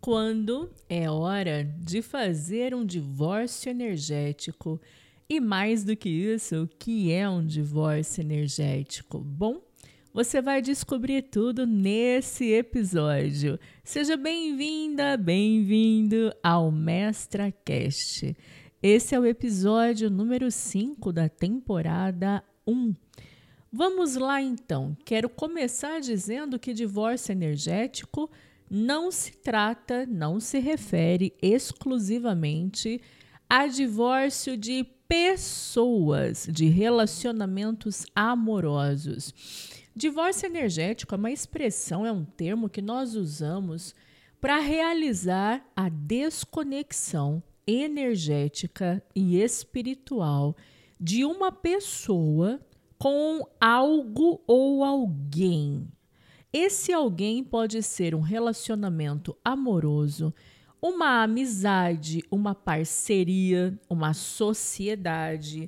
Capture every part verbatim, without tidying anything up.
quando é hora de fazer um divórcio energético. E mais do que isso, o que é um divórcio energético? Bom, você vai descobrir tudo nesse episódio. Seja bem-vinda, bem-vindo ao MestraCast. Esse é o episódio número cinco da temporada um. Vamos lá então. Quero começar dizendo que divórcio energético não se trata, não se refere exclusivamente a divórcio de pessoas, de relacionamentos amorosos. Divórcio energético é uma expressão, é um termo que nós usamos para realizar a desconexão energética e espiritual de uma pessoa com algo ou alguém. Esse alguém pode ser um relacionamento amoroso, uma amizade, uma parceria, uma sociedade,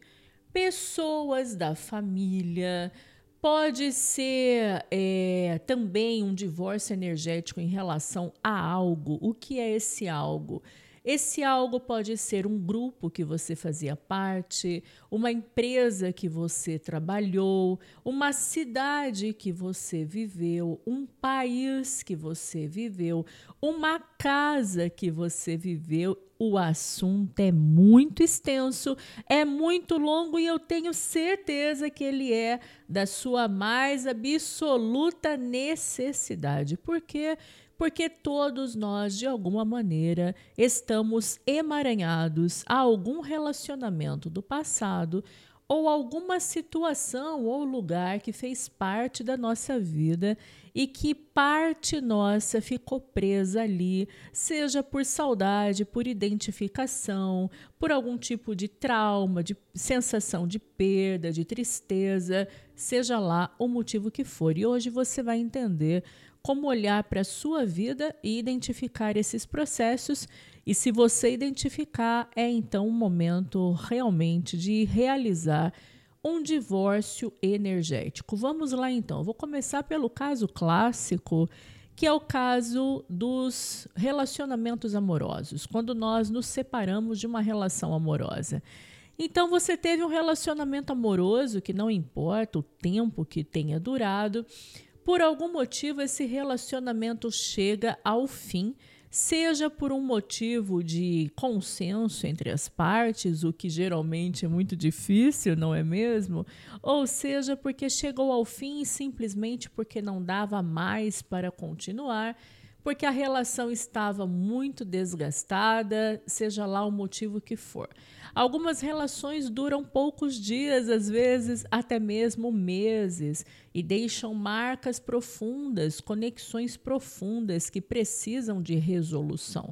pessoas da família. Pode ser é, também um divórcio energético em relação a algo. O que é esse algo? Esse algo pode ser um grupo que você fazia parte, uma empresa que você trabalhou, uma cidade que você viveu, um país que você viveu, uma casa que você viveu. O assunto é muito extenso, é muito longo e eu tenho certeza que ele é da sua mais absoluta necessidade. Por quê? Porque todos nós, de alguma maneira, estamos emaranhados a algum relacionamento do passado ou alguma situação ou lugar que fez parte da nossa vida e que parte nossa ficou presa ali, seja por saudade, por identificação, por algum tipo de trauma, de sensação de perda, de tristeza, seja lá o motivo que for. E hoje você vai entender como olhar para a sua vida e identificar esses processos. E se você identificar, é então um momento realmente de realizar um divórcio energético. Vamos lá então. Eu vou começar pelo caso clássico, que é o caso dos relacionamentos amorosos, quando nós nos separamos de uma relação amorosa. Então você teve um relacionamento amoroso que não importa o tempo que tenha durado, por algum motivo, esse relacionamento chega ao fim, seja por um motivo de consenso entre as partes, o que geralmente é muito difícil, não é mesmo? Ou seja, porque chegou ao fim simplesmente porque não dava mais para continuar, porque a relação estava muito desgastada, seja lá o motivo que for. Algumas relações duram poucos dias, às vezes até mesmo meses, e deixam marcas profundas, conexões profundas que precisam de resolução.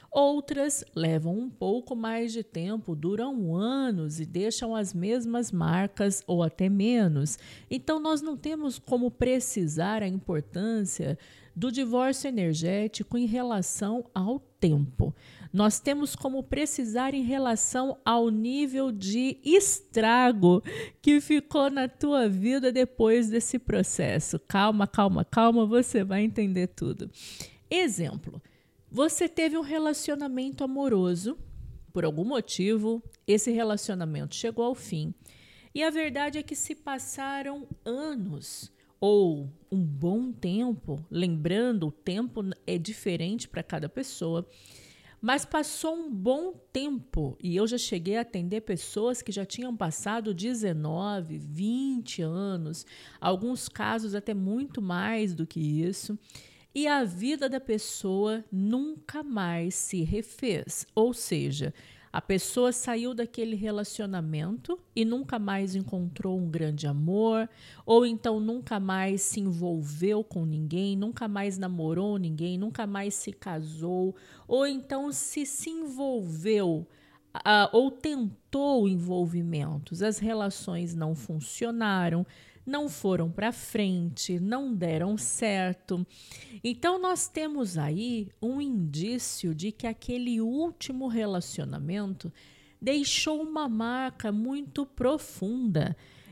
Outras levam um pouco mais de tempo, duram anos e deixam as mesmas marcas ou até menos. Então, nós não temos como precisar a importância do divórcio energético em relação ao tempo. Nós temos como precisar em relação ao nível de estrago que ficou na tua vida depois desse processo. Calma, calma, calma, você vai entender tudo. Exemplo. Você teve um relacionamento amoroso, por algum motivo, esse relacionamento chegou ao fim. E a verdade é que se passaram anos ou um bom tempo, lembrando, o tempo é diferente para cada pessoa, mas passou um bom tempo e eu já cheguei a atender pessoas que já tinham passado dezenove, vinte anos, alguns casos até muito mais do que isso. E a vida da pessoa nunca mais se refez. Ou seja, a pessoa saiu daquele relacionamento e nunca mais encontrou um grande amor, ou então nunca mais se envolveu com ninguém, nunca mais namorou ninguém, nunca mais se casou, ou então se se envolveu uh, ou tentou envolvimentos. As relações não funcionaram, não foram para frente, não deram certo. Então, nós temos aí um indício de que aquele último relacionamento deixou uma marca muito profunda.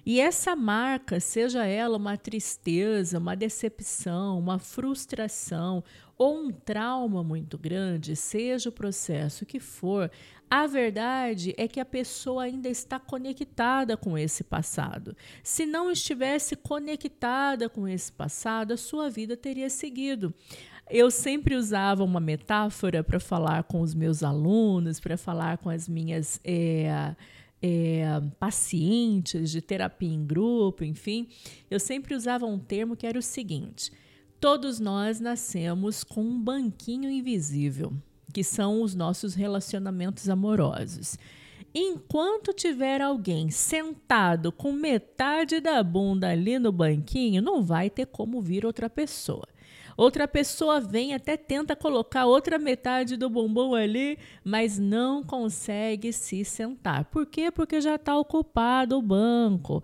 E essa marca, seja ela uma tristeza, uma decepção, uma frustração ou um trauma muito grande, seja o processo que for, a verdade é que a pessoa ainda está conectada com esse passado. Se não estivesse conectada com esse passado, a sua vida teria seguido. Eu sempre usava uma metáfora para falar com os meus alunos, para falar com as minhas é, é, pacientes de terapia em grupo, enfim. Eu sempre usava um termo que era o seguinte: todos nós nascemos com um banquinho invisível, que são os nossos relacionamentos amorosos. Enquanto tiver alguém sentado com metade da bunda ali no banquinho, não vai ter como vir outra pessoa. Outra pessoa vem, até tenta colocar outra metade do bumbum ali, mas não consegue se sentar. Por quê? Porque já está ocupado o banco.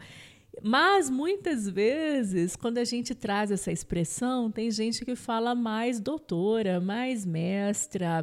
Mas muitas vezes, quando a gente traz essa expressão, tem gente que fala mais doutora, mais mestra.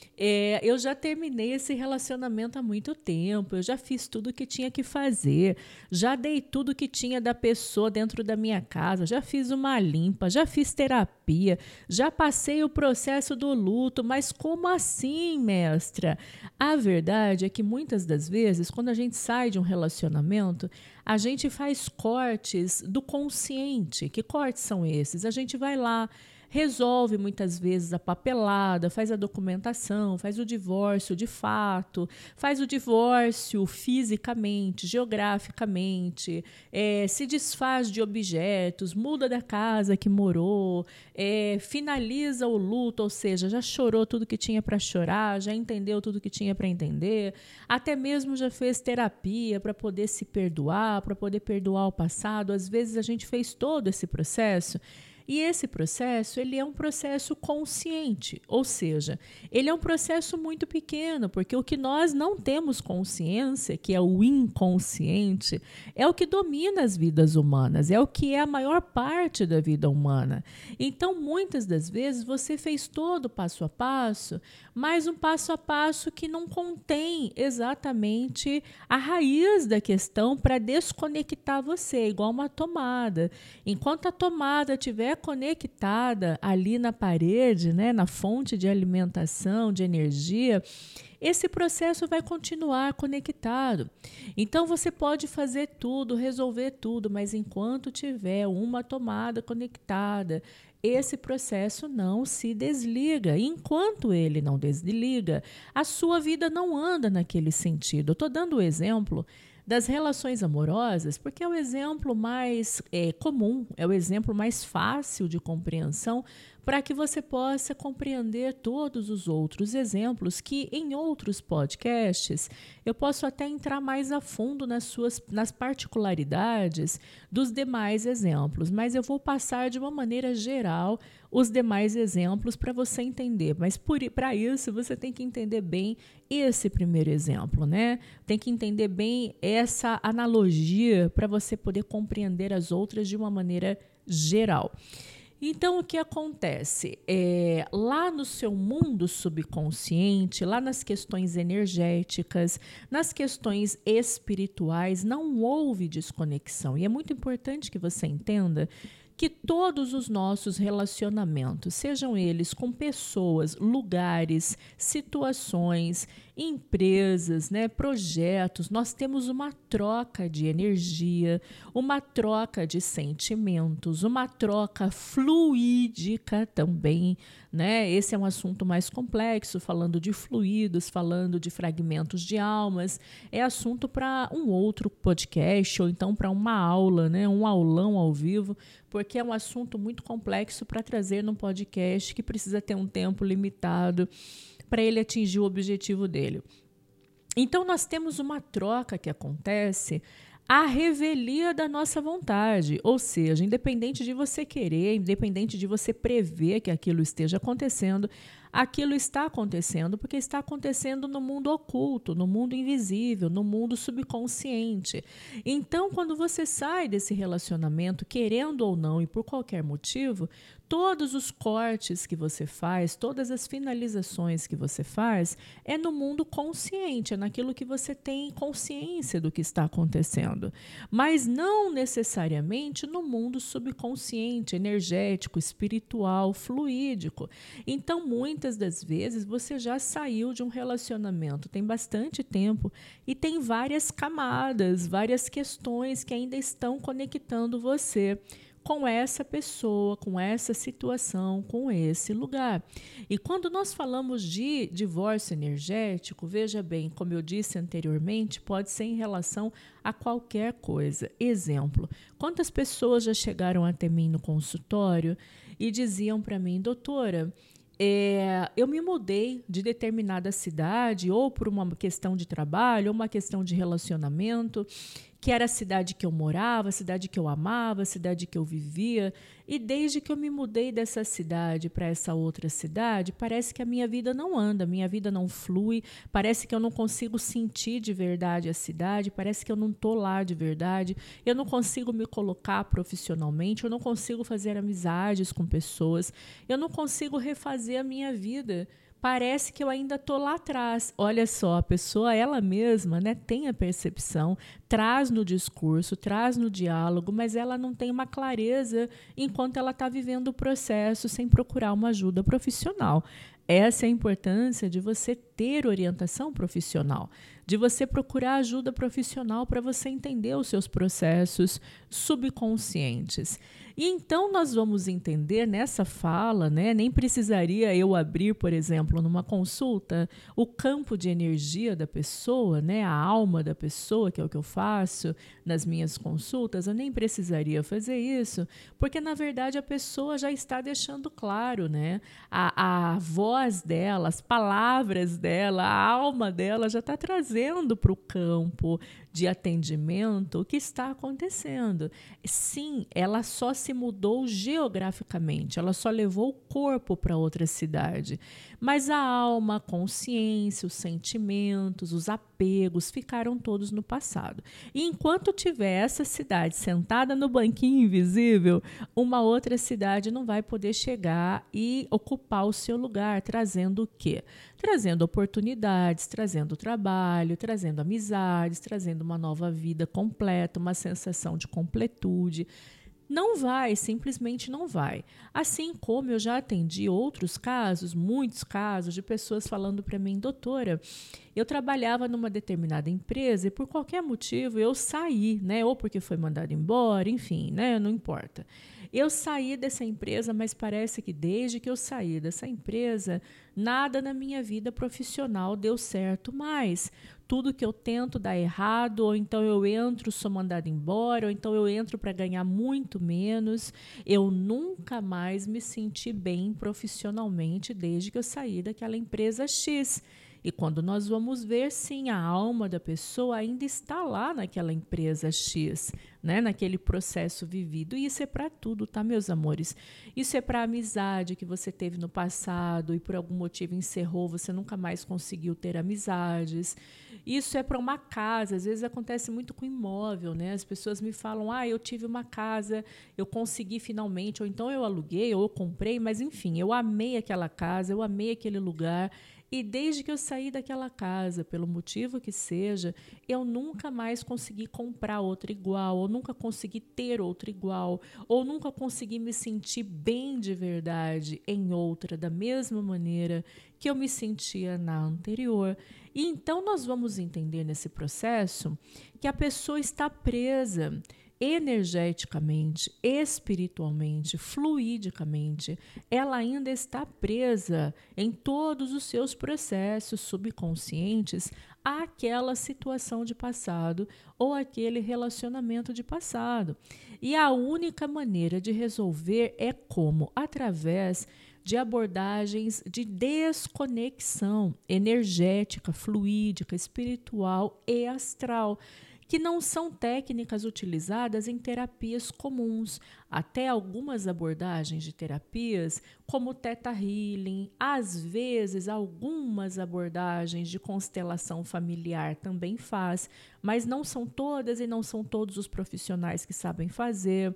É, eu já terminei esse relacionamento há muito tempo, eu já fiz tudo o que tinha que fazer, já dei tudo que tinha da pessoa dentro da minha casa, já fiz uma limpa, já fiz terapia, já passei o processo do luto, mas como assim, mestra? A verdade é que muitas das vezes, quando a gente sai de um relacionamento, a gente faz cortes do consciente. Que cortes são esses? A gente vai lá, resolve muitas vezes a papelada, faz a documentação, faz o divórcio de fato, faz o divórcio fisicamente, geograficamente, é, se desfaz de objetos, muda da casa que morou, é, finaliza o luto, ou seja, já chorou tudo que tinha para chorar, já entendeu tudo que tinha para entender, até mesmo já fez terapia para poder se perdoar, para poder perdoar o passado. Às vezes a gente fez todo esse processo. E esse processo, ele é um processo consciente, ou seja, ele é um processo muito pequeno, porque o que nós não temos consciência, que é o inconsciente, é o que domina as vidas humanas, é o que é a maior parte da vida humana. Então, muitas das vezes, você fez todo o passo a passo, mas um passo a passo que não contém exatamente a raiz da questão para desconectar você, igual uma tomada. Enquanto a tomada estiver conectada ali na parede, né, na fonte de alimentação, de energia, esse processo vai continuar conectado. Então, você pode fazer tudo, resolver tudo, mas enquanto tiver uma tomada conectada, esse processo não se desliga. E enquanto ele não desliga, a sua vida não anda naquele sentido. Eu estou dando o exemplo das relações amorosas, porque é o exemplo mais é, comum, é o exemplo mais fácil de compreensão, para que você possa compreender todos os outros exemplos que em outros podcasts eu posso até entrar mais a fundo nas suas nas particularidades dos demais exemplos, mas eu vou passar de uma maneira geral os demais exemplos para você entender, mas para isso você tem que entender bem esse primeiro exemplo, né? Tem que entender bem essa analogia para você poder compreender as outras de uma maneira geral. Então, o que acontece? É, lá no seu mundo subconsciente, lá nas questões energéticas, nas questões espirituais, não houve desconexão. E é muito importante que você entenda que todos os nossos relacionamentos, sejam eles com pessoas, lugares, situações, empresas, né, projetos, nós temos uma troca de energia, uma troca de sentimentos, uma troca fluídica também, né? Esse é um assunto mais complexo, falando de fluidos, falando de fragmentos de almas, é assunto para um outro podcast ou então para uma aula, né, um aulão ao vivo, porque é um assunto muito complexo para trazer num podcast que precisa ter um tempo limitado para ele atingir o objetivo dele. Então, nós temos uma troca que acontece à revelia da nossa vontade, ou seja, independente de você querer, independente de você prever que aquilo esteja acontecendo, aquilo está acontecendo porque está acontecendo no mundo oculto, no mundo invisível, no mundo subconsciente. Então, quando você sai desse relacionamento, querendo ou não e por qualquer motivo, todos os cortes que você faz, todas as finalizações que você faz, é no mundo consciente, é naquilo que você tem consciência do que está acontecendo. Mas não necessariamente no mundo subconsciente, energético, espiritual, fluídico. Então, muitas das vezes, você já saiu de um relacionamento, tem bastante tempo, e tem várias camadas, várias questões que ainda estão conectando você com essa pessoa, com essa situação, com esse lugar. E quando nós falamos de divórcio energético, veja bem, como eu disse anteriormente, pode ser em relação a qualquer coisa. Exemplo, quantas pessoas já chegaram até mim no consultório e diziam para mim, doutora, É, eu me mudei de determinada cidade, ou por uma questão de trabalho, ou uma questão de relacionamento, que era a cidade que eu morava, a cidade que eu amava, a cidade que eu vivia. E desde que eu me mudei dessa cidade para essa outra cidade, parece que a minha vida não anda, a minha vida não flui, parece que eu não consigo sentir de verdade a cidade, parece que eu não estou lá de verdade, eu não consigo me colocar profissionalmente, eu não consigo fazer amizades com pessoas, eu não consigo refazer a minha vida. Parece que eu ainda estou lá atrás. Olha só, a pessoa, ela mesma, né, tem a percepção, traz no discurso, traz no diálogo, mas ela não tem uma clareza enquanto ela está vivendo o processo sem procurar uma ajuda profissional. Essa é a importância de você ter orientação profissional, de você procurar ajuda profissional para você entender os seus processos subconscientes. E então nós vamos entender nessa fala, né, nem precisaria eu abrir, por exemplo, numa consulta, o campo de energia da pessoa, né, a alma da pessoa, que é o que eu faço nas minhas consultas, eu nem precisaria fazer isso, porque na verdade a pessoa já está deixando claro, né, a, a voz dela, as palavras dela, a alma dela já está trazendo para o campo de atendimento o que está acontecendo. Sim, ela só se mudou geograficamente, ela só levou o corpo para outra cidade, mas a alma, a consciência, os sentimentos, os apegos ficaram todos no passado. E enquanto tiver essa cidade sentada no banquinho invisível, uma outra cidade não vai poder chegar e ocupar o seu lugar, trazendo o quê? Trazendo oportunidades, trazendo trabalho, trazendo amizades, trazendo uma nova vida completa, uma sensação de completude. Não vai, simplesmente não vai. Assim como eu já atendi outros casos, muitos casos, de pessoas falando para mim, doutora, eu trabalhava numa determinada empresa e por qualquer motivo eu saí, né? Ou porque foi mandado embora, enfim, né? Não importa. Eu saí dessa empresa, mas parece que desde que eu saí dessa empresa, nada na minha vida profissional deu certo mais. Tudo que eu tento dá errado, ou então eu entro, sou mandada embora, ou então eu entro para ganhar muito menos. Eu nunca mais me senti bem profissionalmente desde que eu saí daquela empresa X. E quando nós vamos ver, sim, a alma da pessoa ainda está lá naquela empresa X, né? Naquele processo vivido. E isso é para tudo, tá, meus amores? Isso é para a amizade que você teve no passado e por algum motivo encerrou, você nunca mais conseguiu ter amizades. Isso é para uma casa, às vezes acontece muito com imóvel, né? As pessoas me falam, ah, eu tive uma casa, eu consegui finalmente, ou então eu aluguei, ou eu comprei, mas enfim, eu amei aquela casa, eu amei aquele lugar. E desde que eu saí daquela casa, pelo motivo que seja, eu nunca mais consegui comprar outra igual, ou nunca consegui ter outra igual, ou nunca consegui me sentir bem de verdade em outra, da mesma maneira que eu me sentia na anterior. E então nós vamos entender nesse processo que a pessoa está presa energeticamente, espiritualmente, fluidicamente, ela ainda está presa em todos os seus processos subconscientes àquela situação de passado ou aquele relacionamento de passado. E a única maneira de resolver é como? Através de abordagens de desconexão energética, fluídica, espiritual e astral, que não são técnicas utilizadas em terapias comuns. Até algumas abordagens de terapias, como o Theta Healing, às vezes algumas abordagens de constelação familiar também faz, mas não são todas e não são todos os profissionais que sabem fazer.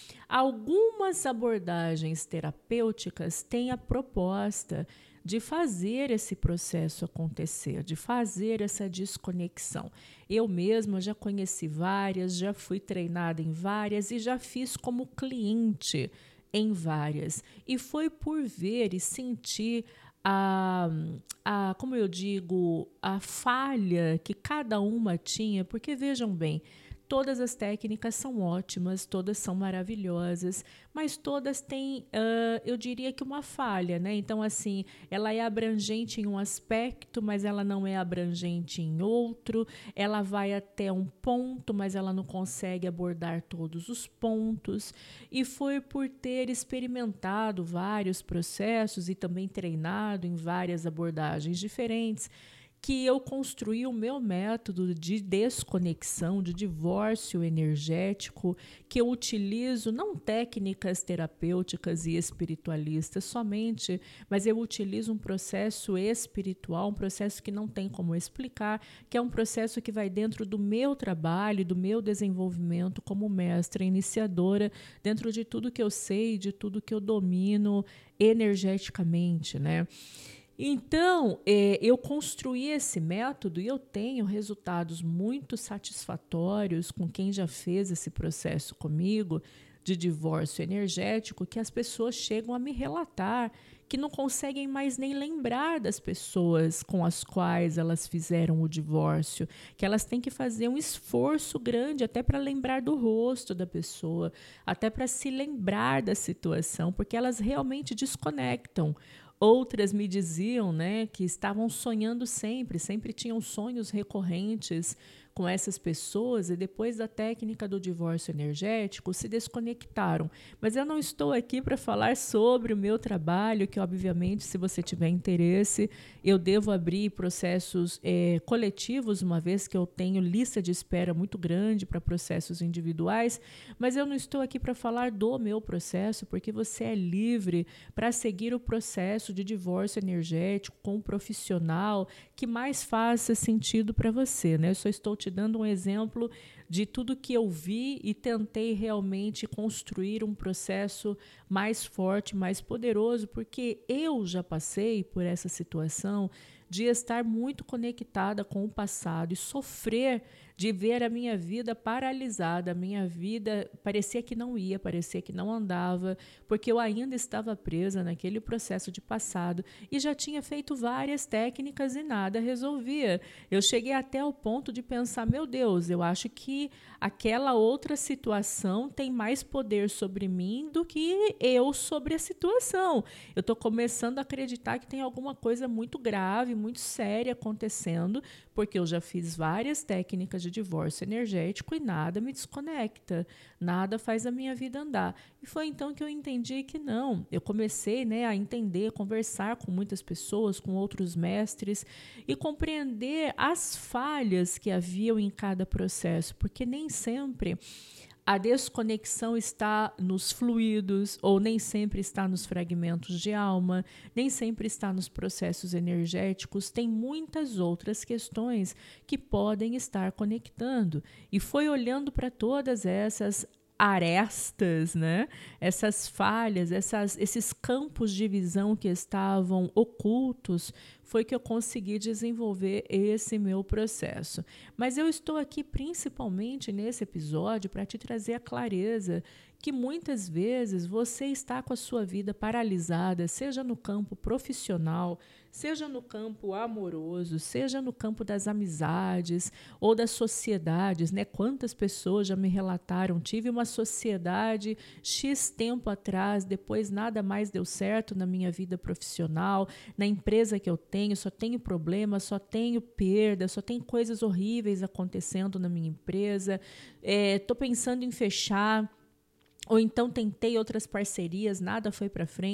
Algumas abordagens terapêuticas têm a proposta de fazer esse processo acontecer, de fazer essa desconexão. Eu mesma já conheci várias, já fui treinada em várias e já fiz como cliente em várias. E foi por ver e sentir a, a, como eu digo, a falha que cada uma tinha, porque vejam bem, todas as técnicas são ótimas, todas são maravilhosas, mas todas têm, uh, eu diria que uma falha, né? Então, assim, ela é abrangente em um aspecto, mas ela não é abrangente em outro. Ela vai até um ponto, mas ela não consegue abordar todos os pontos. E foi por ter experimentado vários processos e também treinado em várias abordagens diferentes que eu construí o meu método de desconexão, de divórcio energético, que eu utilizo não técnicas terapêuticas e espiritualistas somente, mas eu utilizo um processo espiritual, um processo que não tem como explicar, que é um processo que vai dentro do meu trabalho, do meu desenvolvimento como mestra iniciadora, dentro de tudo que eu sei, de tudo que eu domino energeticamente, né? Então, é, eu construí esse método e eu tenho resultados muito satisfatórios com quem já fez esse processo comigo de divórcio energético, que as pessoas chegam a me relatar que não conseguem mais nem lembrar das pessoas com as quais elas fizeram o divórcio, que elas têm que fazer um esforço grande até para lembrar do rosto da pessoa, até para se lembrar da situação, porque elas realmente desconectam. Outras me diziam, né, que estavam sonhando sempre, sempre tinham sonhos recorrentes com essas pessoas e depois da técnica do divórcio energético se desconectaram. Mas eu não estou aqui para falar sobre o meu trabalho, que obviamente, se você tiver interesse, eu devo abrir processos é, coletivos, uma vez que eu tenho lista de espera muito grande para processos individuais, mas eu não estou aqui para falar do meu processo, porque você é livre para seguir o processo de divórcio energético com um profissional que mais faça sentido para você, né? Eu só estou te dando um exemplo de tudo que eu vi e tentei realmente construir um processo mais forte, mais poderoso, porque eu já passei por essa situação de estar muito conectada com o passado e sofrer de ver a minha vida paralisada, a minha vida parecia que não ia, parecia que não andava, porque eu ainda estava presa naquele processo de passado e já tinha feito várias técnicas e nada resolvia. Eu cheguei até o ponto de pensar, meu Deus, eu acho que aquela outra situação tem mais poder sobre mim do que eu sobre a situação. Eu estou começando a acreditar que tem alguma coisa muito grave, muito séria acontecendo, porque eu já fiz várias técnicas de divórcio energético e nada me desconecta, nada faz a minha vida andar. E foi então que eu entendi que não. Eu comecei, né, a entender, conversar com muitas pessoas, com outros mestres e compreender as falhas que haviam em cada processo, porque nem sempre a desconexão está nos fluidos, ou nem sempre está nos fragmentos de alma, nem sempre está nos processos energéticos, tem muitas outras questões que podem estar conectando. E foi olhando para todas essas arestas, né? Essas falhas, essas, esses campos de visão que estavam ocultos, foi que eu consegui desenvolver esse meu processo. Mas eu estou aqui principalmente nesse episódio para te trazer a clareza que muitas vezes você está com a sua vida paralisada, seja no campo profissional, seja no campo amoroso, seja no campo das amizades ou das sociedades, né? Quantas pessoas já me relataram, tive uma sociedade X tempo atrás, depois nada mais deu certo na minha vida profissional, na empresa que eu tenho, só tenho problema, só tenho perda, só tem coisas horríveis acontecendo na minha empresa, estou é, pensando em fechar, ou então tentei outras parcerias, nada foi para frente,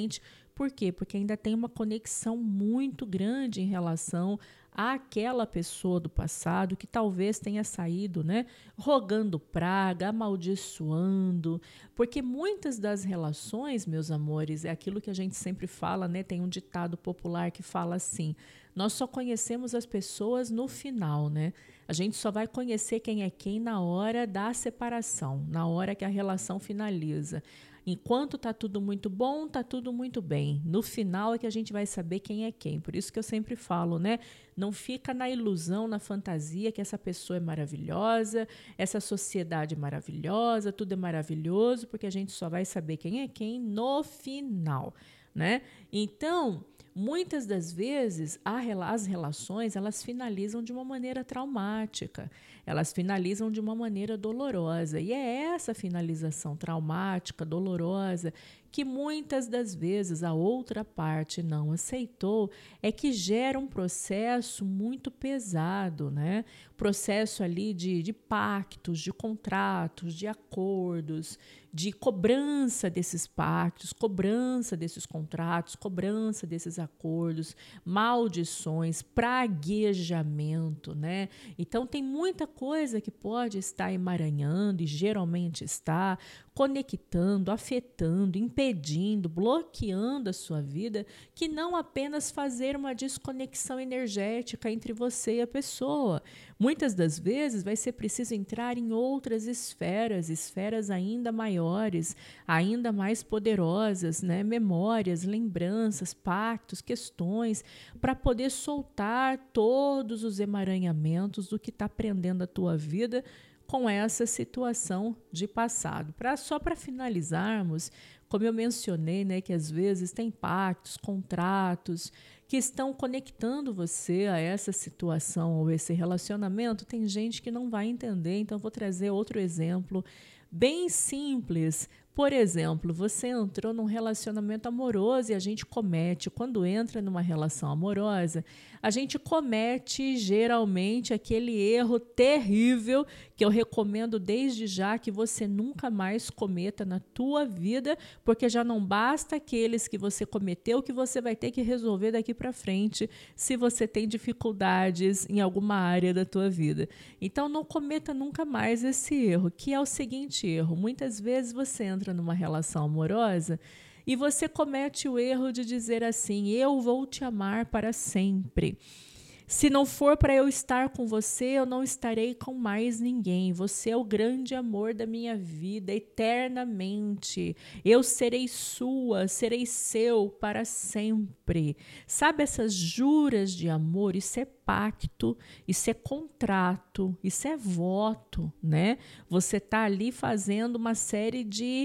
Por quê? Porque ainda tem uma conexão muito grande em relação àquela pessoa do passado que talvez tenha saído, né, rogando praga, amaldiçoando, porque muitas das relações, meus amores, é aquilo que a gente sempre fala, né, tem um ditado popular que fala assim: nós só conhecemos as pessoas no final, né? A gente só vai conhecer quem é quem na hora da separação, na hora que a relação finaliza. Enquanto tá tudo muito bom, tá tudo muito bem. No final é que a gente vai saber quem é quem. Por isso que eu sempre falo, né? Não fica na ilusão, na fantasia que essa pessoa é maravilhosa, essa sociedade é maravilhosa, tudo é maravilhoso, porque a gente só vai saber quem é quem no final, né? Então, muitas das vezes, a, as relações, elas finalizam de uma maneira traumática, elas finalizam de uma maneira dolorosa. E é essa finalização traumática, dolorosa, que muitas das vezes a outra parte não aceitou, é que gera um processo muito pesado, né? Processo ali de, de pactos, de contratos, de acordos, de cobrança desses pactos, cobrança desses contratos, cobrança desses acordos, maldições, praguejamento, né? Então tem muita coisa que pode estar emaranhando, e geralmente está, conectando, afetando, impedindo, bloqueando a sua vida, que não apenas fazer uma desconexão energética entre você e a pessoa. Muitas das vezes vai ser preciso entrar em outras esferas, esferas ainda maiores, ainda mais poderosas, né? Memórias, lembranças, pactos, questões, para poder soltar todos os emaranhamentos do que está prendendo a tua vida com essa situação de passado. Pra, só para finalizarmos, como eu mencionei, né, que às vezes tem pactos, contratos que estão conectando você a essa situação ou esse relacionamento, tem gente que não vai entender, então vou trazer outro exemplo bem simples. Por exemplo, você entrou num relacionamento amoroso e a gente comete, quando entra numa relação amorosa, a gente comete geralmente aquele erro terrível que eu recomendo desde já que você nunca mais cometa na tua vida, porque já não basta aqueles que você cometeu que você vai ter que resolver daqui para frente se você tem dificuldades em alguma área da tua vida. Então não cometa nunca mais esse erro, que é o seguinte erro: muitas vezes você entra numa relação amorosa e você comete o erro de dizer assim: eu vou te amar para sempre. Se não for para eu estar com você, eu não estarei com mais ninguém. Você é o grande amor da minha vida, eternamente. Eu serei sua, serei seu para sempre. Sabe essas juras de amor? Isso é pacto, isso é contrato, isso é voto, né? Você está ali fazendo uma série de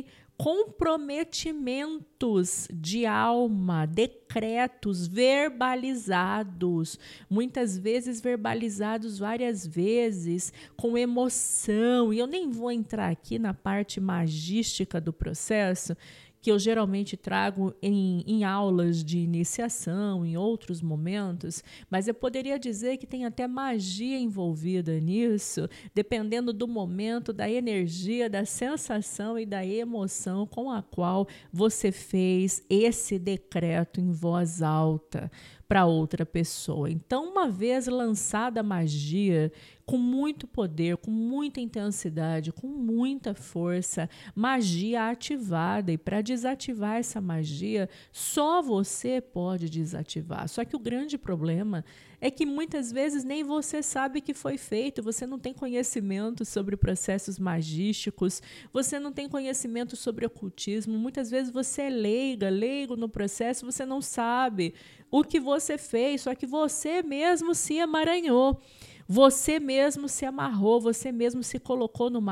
comprometimentos de alma, decretos verbalizados, muitas vezes verbalizados várias vezes, com emoção. E eu nem vou entrar aqui na parte magística do processo, que eu geralmente trago em, em aulas de iniciação, em outros momentos, mas eu poderia dizer que tem até magia envolvida nisso, dependendo do momento, da energia, da sensação e da emoção com a qual você fez esse decreto em voz alta para outra pessoa. Então, uma vez lançada a magia, com muito poder, com muita intensidade, com muita força, magia ativada, e para desativar essa magia, só você pode desativar. Só que o grande problema é que muitas vezes nem você sabe que foi feito, você não tem conhecimento sobre processos magísticos, você não tem conhecimento sobre ocultismo, muitas vezes você é leiga, leigo no processo, você não sabe o que você fez, só que você mesmo se emaranhou. Você mesmo se amarrou, você mesmo se colocou numa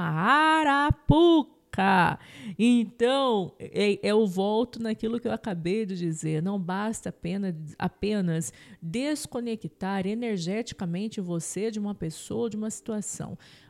arapuca. Então, eu volto naquilo que eu acabei de dizer. Não basta apenas, apenas desconectar energeticamente você de uma pessoa, de uma situação.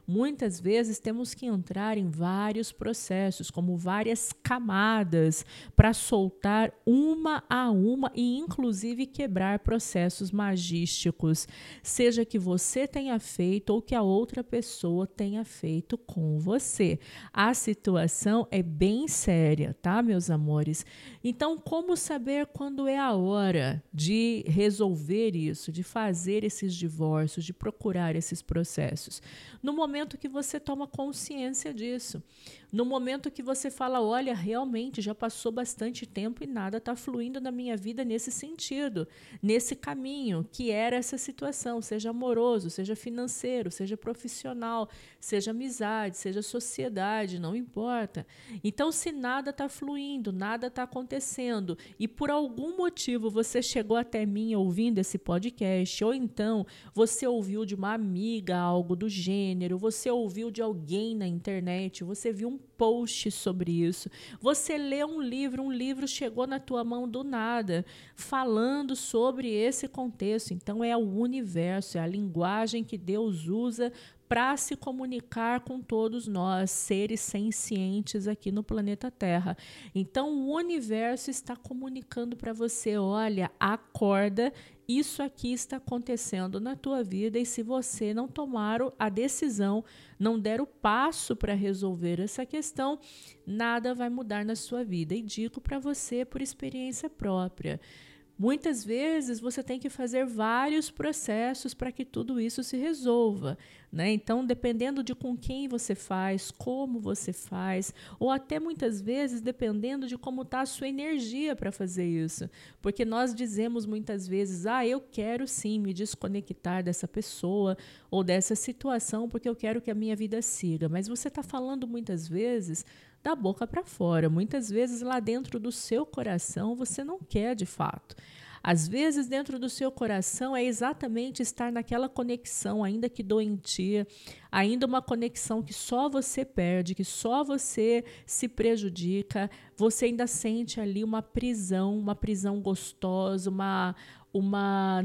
Muitas vezes temos que entrar em vários processos, como várias camadas, para soltar uma a uma e inclusive quebrar processos magísticos, seja que você tenha feito ou que a outra pessoa tenha feito com você. A situação é bem séria, tá, meus amores? Então, como saber quando é a hora de resolver isso, de fazer esses divórcios, de procurar esses processos? No momento que você toma consciência disso. No momento que você fala, olha, realmente já passou bastante tempo e nada está fluindo na minha vida nesse sentido, nesse caminho, que era essa situação, seja amoroso, seja financeiro, seja profissional, seja amizade, seja sociedade, não importa. Então, se nada está fluindo, nada está acontecendo e por algum motivo você chegou até mim ouvindo esse podcast, ou então você ouviu de uma amiga algo do gênero, você ouviu de alguém na internet, você viu um post sobre isso, você lê um livro, um livro chegou na tua mão do nada, falando sobre esse contexto. Então é o universo, é a linguagem que Deus usa para se comunicar com todos nós, seres sencientes aqui no planeta Terra. Então o universo está comunicando para você, olha, acorda, isso aqui está acontecendo na tua vida e se você não tomar a decisão, não der o passo para resolver essa questão, nada vai mudar na sua vida. E digo para você por experiência própria. Muitas vezes você tem que fazer vários processos para que tudo isso se resolva, né? Então, dependendo de com quem você faz, como você faz, ou até muitas vezes dependendo de como está a sua energia para fazer isso. Porque nós dizemos muitas vezes, ah, eu quero sim me desconectar dessa pessoa ou dessa situação porque eu quero que a minha vida siga. Mas você está falando muitas vezes da boca para fora. Muitas vezes lá dentro do seu coração você não quer de fato. Às vezes dentro do seu coração é exatamente estar naquela conexão, ainda que doentia, ainda uma conexão que só você perde, que só você se prejudica, você ainda sente ali uma prisão, uma prisão gostosa, uma, uma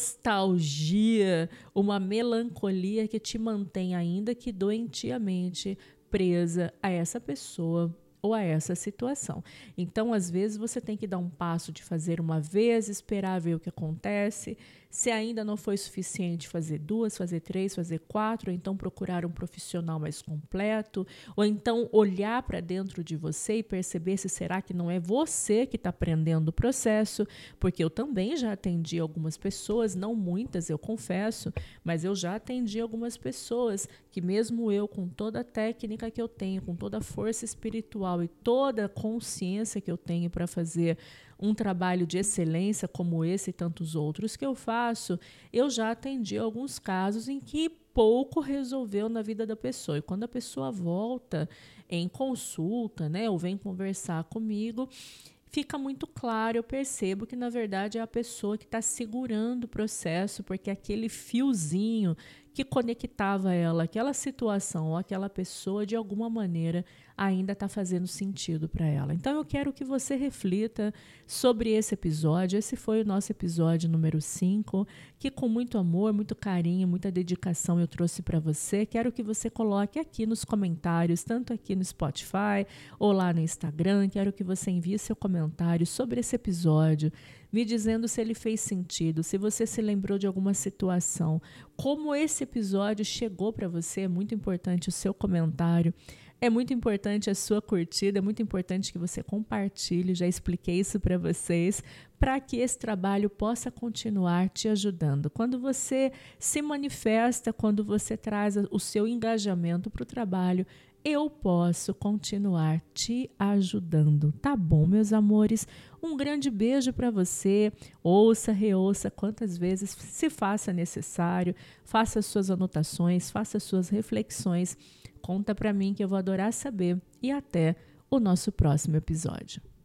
nostalgia, uma melancolia que te mantém ainda que doentiamente presa a essa pessoa ou a essa situação. Então, às vezes, você tem que dar um passo de fazer uma vez, esperar ver o que acontece. Se ainda não foi suficiente, fazer duas, fazer três, fazer quatro, ou então procurar um profissional mais completo, ou então olhar para dentro de você e perceber se será que não é você que está aprendendo o processo, porque eu também já atendi algumas pessoas, não muitas, eu confesso, mas eu já atendi algumas pessoas que mesmo eu, com toda a técnica que eu tenho, com toda a força espiritual e toda a consciência que eu tenho para fazer um trabalho de excelência como esse e tantos outros que eu faço, eu já atendi alguns casos em que pouco resolveu na vida da pessoa. E quando a pessoa volta em consulta, né, ou vem conversar comigo, fica muito claro, eu percebo que na verdade é a pessoa que está segurando o processo, porque aquele fiozinho que conectava ela, aquela situação ou aquela pessoa, de alguma maneira ainda está fazendo sentido para ela. Então eu quero que você reflita sobre esse episódio. Esse foi o nosso episódio número cinco, que com muito amor, muito carinho, muita dedicação eu trouxe para você. Quero que você coloque aqui nos comentários, tanto aqui no Spotify ou lá no Instagram. Quero que você envie seu comentário sobre esse episódio, me dizendo se ele fez sentido, se você se lembrou de alguma situação, como esse episódio chegou para você. É muito importante o seu comentário, é muito importante a sua curtida, é muito importante que você compartilhe, já expliquei isso para vocês, para que esse trabalho possa continuar te ajudando. Quando você se manifesta, quando você traz o seu engajamento para o trabalho, eu posso continuar te ajudando, tá bom, meus amores? Um grande beijo para você. Ouça, reouça quantas vezes se faça necessário. Faça suas anotações, faça suas reflexões. Conta para mim que eu vou adorar saber. E até o nosso próximo episódio.